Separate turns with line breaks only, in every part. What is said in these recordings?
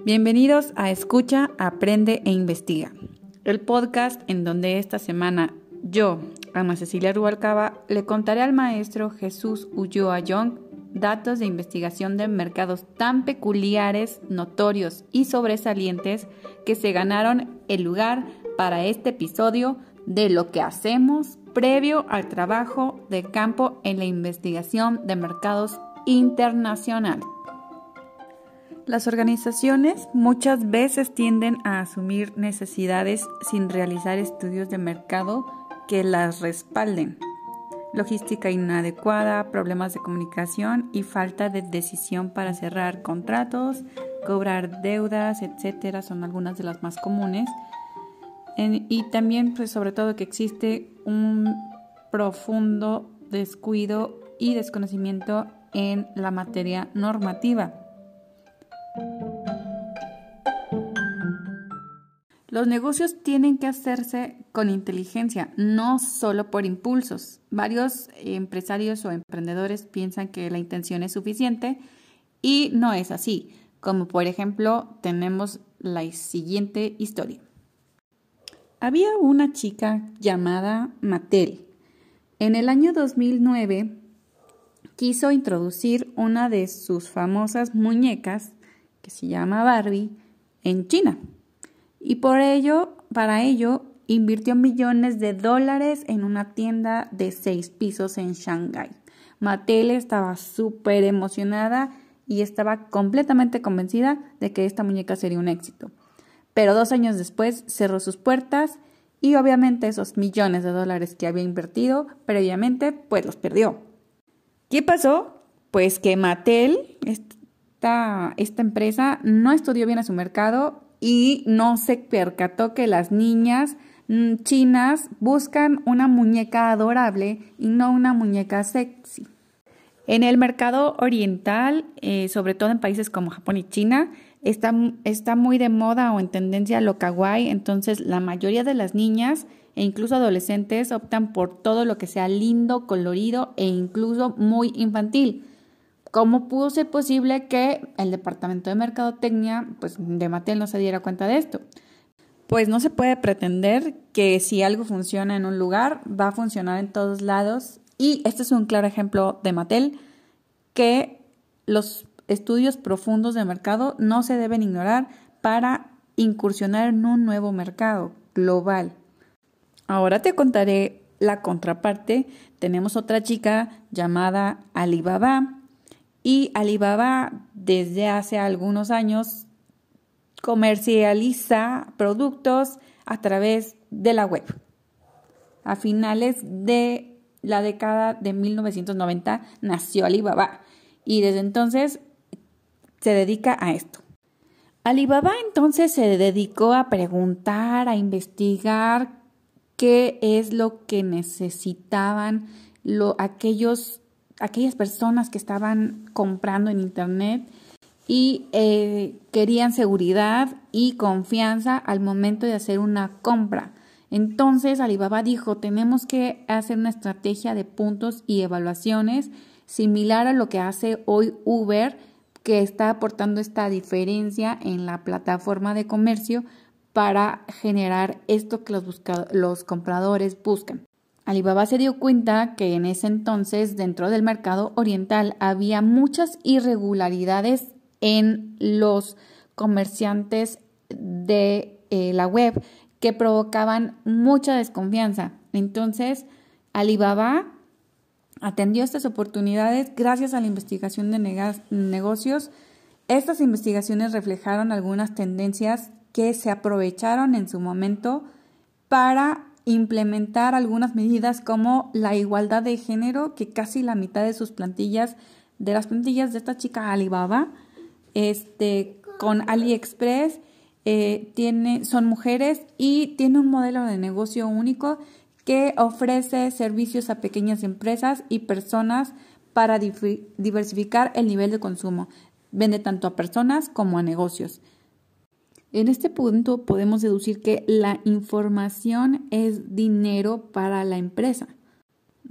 Bienvenidos a Escucha, Aprende e Investiga, el podcast en donde esta semana yo, Ana Cecilia Rubalcaba, le contaré al maestro Jesús Ulloa Young datos de investigación de mercados tan peculiares, notorios y sobresalientes que se ganaron el lugar para este episodio de lo que hacemos previo al trabajo de campo en la investigación de mercados internacional. Las organizaciones muchas veces tienden a asumir necesidades sin realizar estudios de mercado que las respalden. Logística inadecuada, problemas de comunicación y falta de decisión para cerrar contratos, cobrar deudas, etcétera, son algunas de las más comunes. Y también, sobre todo, que existe un profundo descuido y desconocimiento en la materia normativa. Los negocios tienen que hacerse con inteligencia, no solo por impulsos. Varios empresarios o emprendedores piensan que la intención es suficiente y no es así. Como por ejemplo, tenemos la siguiente historia. Había una chica llamada Mattel. En el año 2009 quiso introducir una de sus famosas muñecas, que se llama Barbie, en China. Y para ello, invirtió millones de dólares en una tienda de 6 pisos en Shanghái. Mattel estaba súper emocionada y estaba completamente convencida de que esta muñeca sería un éxito. Pero 2 años después cerró sus puertas y obviamente esos millones de dólares que había invertido previamente, pues los perdió. ¿Qué pasó? Pues que Mattel, esta empresa, no estudió bien a su mercado y no se percató que las niñas chinas buscan una muñeca adorable y no una muñeca sexy. En el mercado oriental, sobre todo en países como Japón y China, está muy de moda o en tendencia lo kawaii, entonces la mayoría de las niñas e incluso adolescentes optan por todo lo que sea lindo, colorido e incluso muy infantil. ¿Cómo pudo ser posible que el departamento de mercadotecnia de Mattel no se diera cuenta de esto? Pues no se puede pretender que si algo funciona en un lugar, va a funcionar en todos lados. Y este es un claro ejemplo de Mattel, que los estudios profundos de mercado no se deben ignorar para incursionar en un nuevo mercado global. Ahora te contaré la contraparte. Tenemos otra chica llamada Alibaba. Y Alibaba desde hace algunos años comercializa productos a través de la web. A finales de la década de 1990 nació Alibaba y desde entonces se dedica a esto. Alibaba entonces se dedicó a preguntar, a investigar qué es lo que necesitaban aquellas personas que estaban comprando en internet y querían seguridad y confianza al momento de hacer una compra. Entonces Alibaba dijo, tenemos que hacer una estrategia de puntos y evaluaciones similar a lo que hace hoy Uber, que está aportando esta diferencia en la plataforma de comercio para generar esto que los compradores buscan. Alibaba se dio cuenta que en ese entonces dentro del mercado oriental había muchas irregularidades en los comerciantes de la web que provocaban mucha desconfianza. Entonces Alibaba atendió estas oportunidades gracias a la investigación de negocios. Estas investigaciones reflejaron algunas tendencias que se aprovecharon en su momento para implementar algunas medidas como la igualdad de género, que casi la mitad de sus plantillas, de las plantillas de esta chica Alibaba, con AliExpress, son mujeres y tiene un modelo de negocio único que ofrece servicios a pequeñas empresas y personas para diversificar el nivel de consumo. Vende tanto a personas como a negocios. En este punto podemos deducir que la información es dinero para la empresa.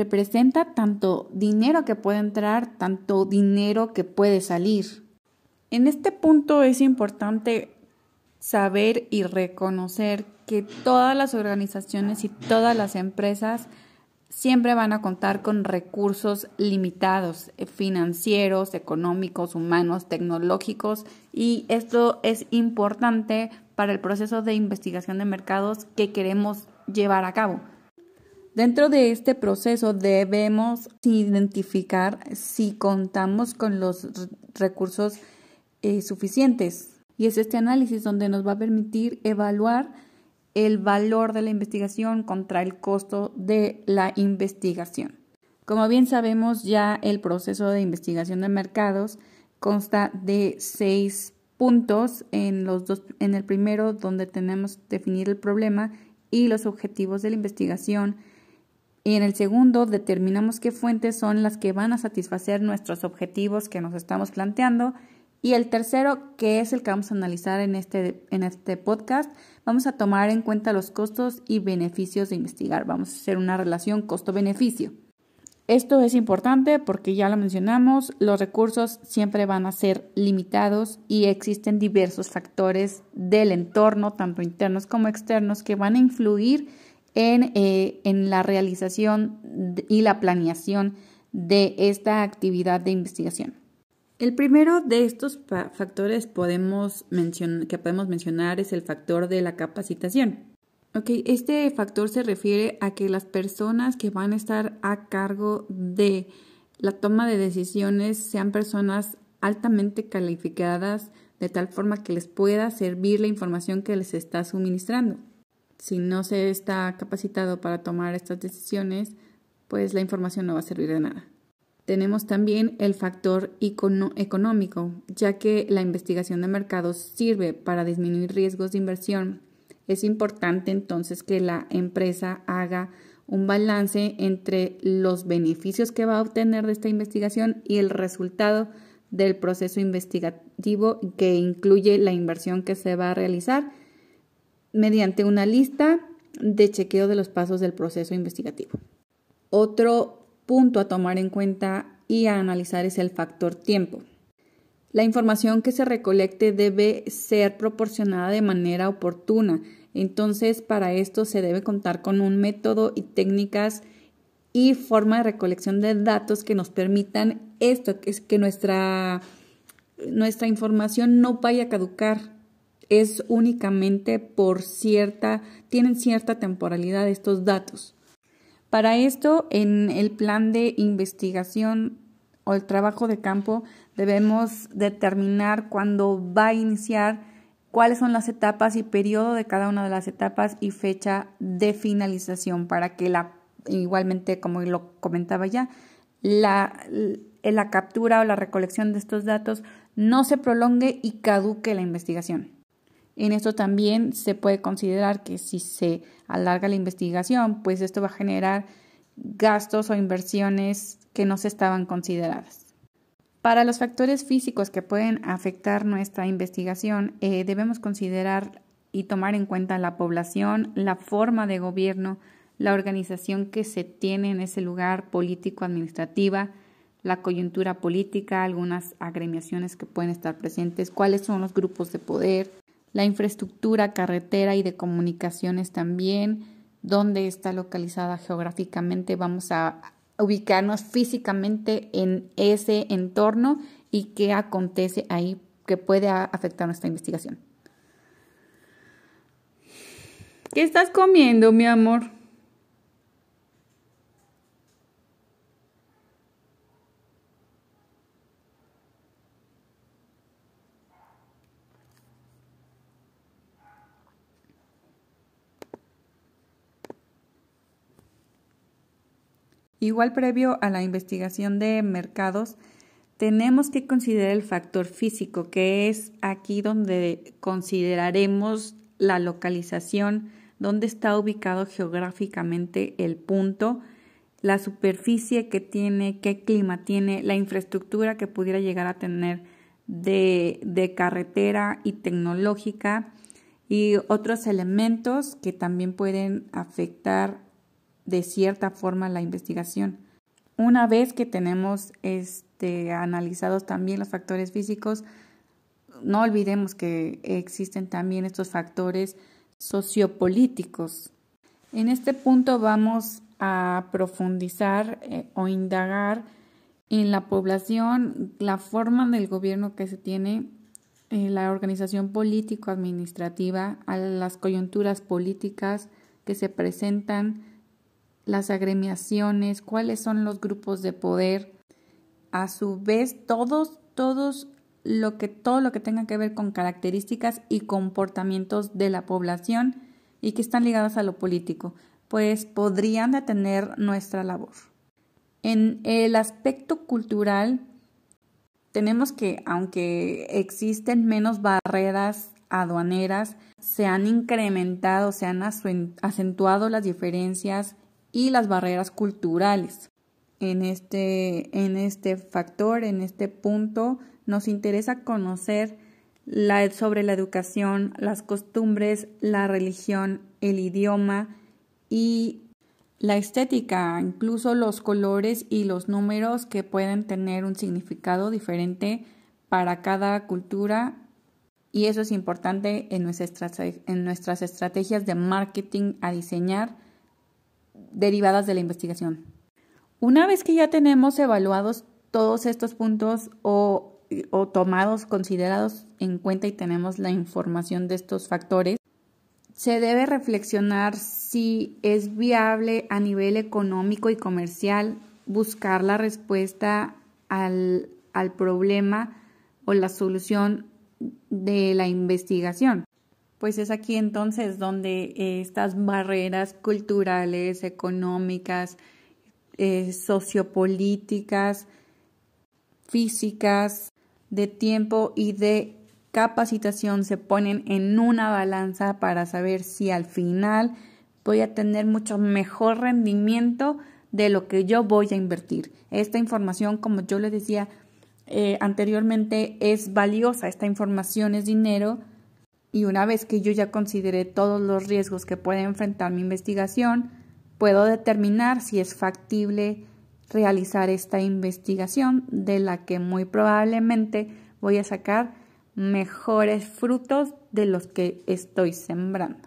Representa tanto dinero que puede entrar, tanto dinero que puede salir. En este punto es importante saber y reconocer que todas las organizaciones y todas las empresas siempre van a contar con recursos limitados, financieros, económicos, humanos, tecnológicos, y esto es importante para el proceso de investigación de mercados que queremos llevar a cabo. Dentro de este proceso debemos identificar si contamos con los recursos suficientes, y es este análisis donde nos va a permitir evaluar el valor de la investigación contra el costo de la investigación. Como bien sabemos, ya el proceso de investigación de mercados consta de 6 puntos. En el primero, donde tenemos que definir el problema y los objetivos de la investigación. Y en el segundo, determinamos qué fuentes son las que van a satisfacer nuestros objetivos que nos estamos planteando. Y el tercero, que es el que vamos a analizar en este podcast, vamos a tomar en cuenta los costos y beneficios de investigar. Vamos a hacer una relación costo-beneficio. Esto es importante porque ya lo mencionamos, los recursos siempre van a ser limitados y existen diversos factores del entorno, tanto internos como externos, que van a influir en la realización y la planeación de esta actividad de investigación. El primero de estos factores que podemos mencionar es el factor de la capacitación. Este factor se refiere a que las personas que van a estar a cargo de la toma de decisiones sean personas altamente calificadas, de tal forma que les pueda servir la información que les está suministrando. Si no se está capacitado para tomar estas decisiones, pues la información no va a servir de nada. Tenemos también el factor económico, ya que la investigación de mercados sirve para disminuir riesgos de inversión. Es importante entonces que la empresa haga un balance entre los beneficios que va a obtener de esta investigación y el resultado del proceso investigativo, que incluye la inversión que se va a realizar mediante una lista de chequeo de los pasos del proceso investigativo. Otro punto a tomar en cuenta y a analizar es el factor tiempo. La información que se recolecte debe ser proporcionada de manera oportuna. Entonces, para esto se debe contar con un método y técnicas y forma de recolección de datos que nos permitan esto, que es que nuestra información no vaya a caducar. Es únicamente tienen cierta temporalidad estos datos. Para esto, en el plan de investigación o el trabajo de campo, debemos determinar cuándo va a iniciar, cuáles son las etapas y periodo de cada una de las etapas y fecha de finalización, para que igualmente, como lo comentaba ya, la captura o la recolección de estos datos no se prolongue y caduque la investigación. En esto también se puede considerar que si se alarga la investigación, pues esto va a generar gastos o inversiones que no se estaban consideradas. Para los factores físicos que pueden afectar nuestra investigación, debemos considerar y tomar en cuenta la población, la forma de gobierno, la organización que se tiene en ese lugar político-administrativa, la coyuntura política, algunas agremiaciones que pueden estar presentes, cuáles son los grupos de poder, la infraestructura carretera y de comunicaciones también, dónde está localizada geográficamente. Vamos a ubicarnos físicamente en ese entorno y qué acontece ahí que puede afectar nuestra investigación. ¿Qué estás comiendo, mi amor? Igual, previo a la investigación de mercados, tenemos que considerar el factor físico, que es aquí donde consideraremos la localización, dónde está ubicado geográficamente el punto, la superficie que tiene, qué clima tiene, la infraestructura que pudiera llegar a tener de carretera y tecnológica, y otros elementos que también pueden afectar de cierta forma la investigación. Una vez que tenemos analizados también los factores físicos, no olvidemos que existen también estos factores sociopolíticos. En este punto vamos a profundizar o indagar en la población, la forma del gobierno que se tiene, la organización político-administrativa, a las coyunturas políticas que se presentan, las agremiaciones, cuáles son los grupos de poder, a su vez todo lo que tenga que ver con características y comportamientos de la población y que están ligadas a lo político, pues podrían detener nuestra labor. En el aspecto cultural, tenemos que, aunque existen menos barreras aduaneras, se han incrementado, se han acentuado las diferencias y las barreras culturales. En este factor, en este punto, nos interesa conocer sobre la educación, las costumbres, la religión, el idioma y la estética, incluso los colores y los números que pueden tener un significado diferente para cada cultura, y eso es importante en nuestras estrategias de marketing a diseñar derivadas de la investigación. Una vez que ya tenemos evaluados todos estos puntos o considerados en cuenta y tenemos la información de estos factores, se debe reflexionar si es viable a nivel económico y comercial buscar la respuesta al problema o la solución de la investigación. Pues es aquí entonces donde estas barreras culturales, económicas, sociopolíticas, físicas, de tiempo y de capacitación se ponen en una balanza para saber si al final voy a tener mucho mejor rendimiento de lo que yo voy a invertir. Esta información, como yo les decía anteriormente, es valiosa. Esta información es dinero, y una vez que yo ya consideré todos los riesgos que puede enfrentar mi investigación, puedo determinar si es factible realizar esta investigación, de la que muy probablemente voy a sacar mejores frutos de los que estoy sembrando.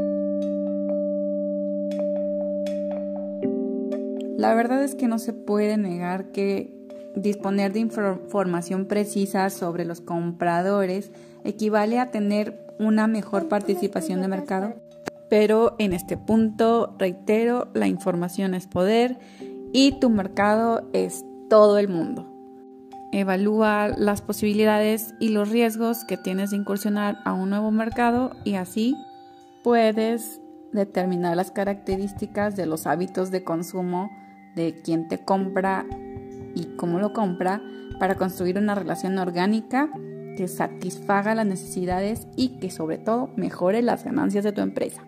La verdad es que no se puede negar que disponer de información precisa sobre los compradores equivale a tener una mejor participación de mercado, pero en este punto, reitero, la información es poder y tu mercado es todo el mundo. Evalúa las posibilidades y los riesgos que tienes de incursionar a un nuevo mercado, y así puedes determinar las características de los hábitos de consumo de quien te compra y cómo lo compra, para construir una relación orgánica que satisfaga las necesidades y que sobre todo mejore las ganancias de tu empresa.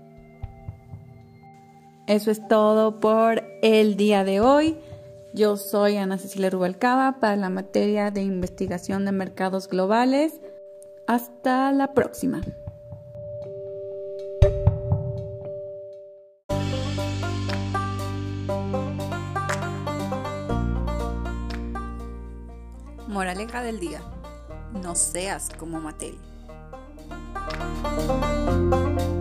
Eso es todo por el día de hoy. Yo soy Ana Cecilia Rubalcaba para la materia de investigación de mercados globales. Hasta la próxima. Moraleja del día: no seas como Mattel.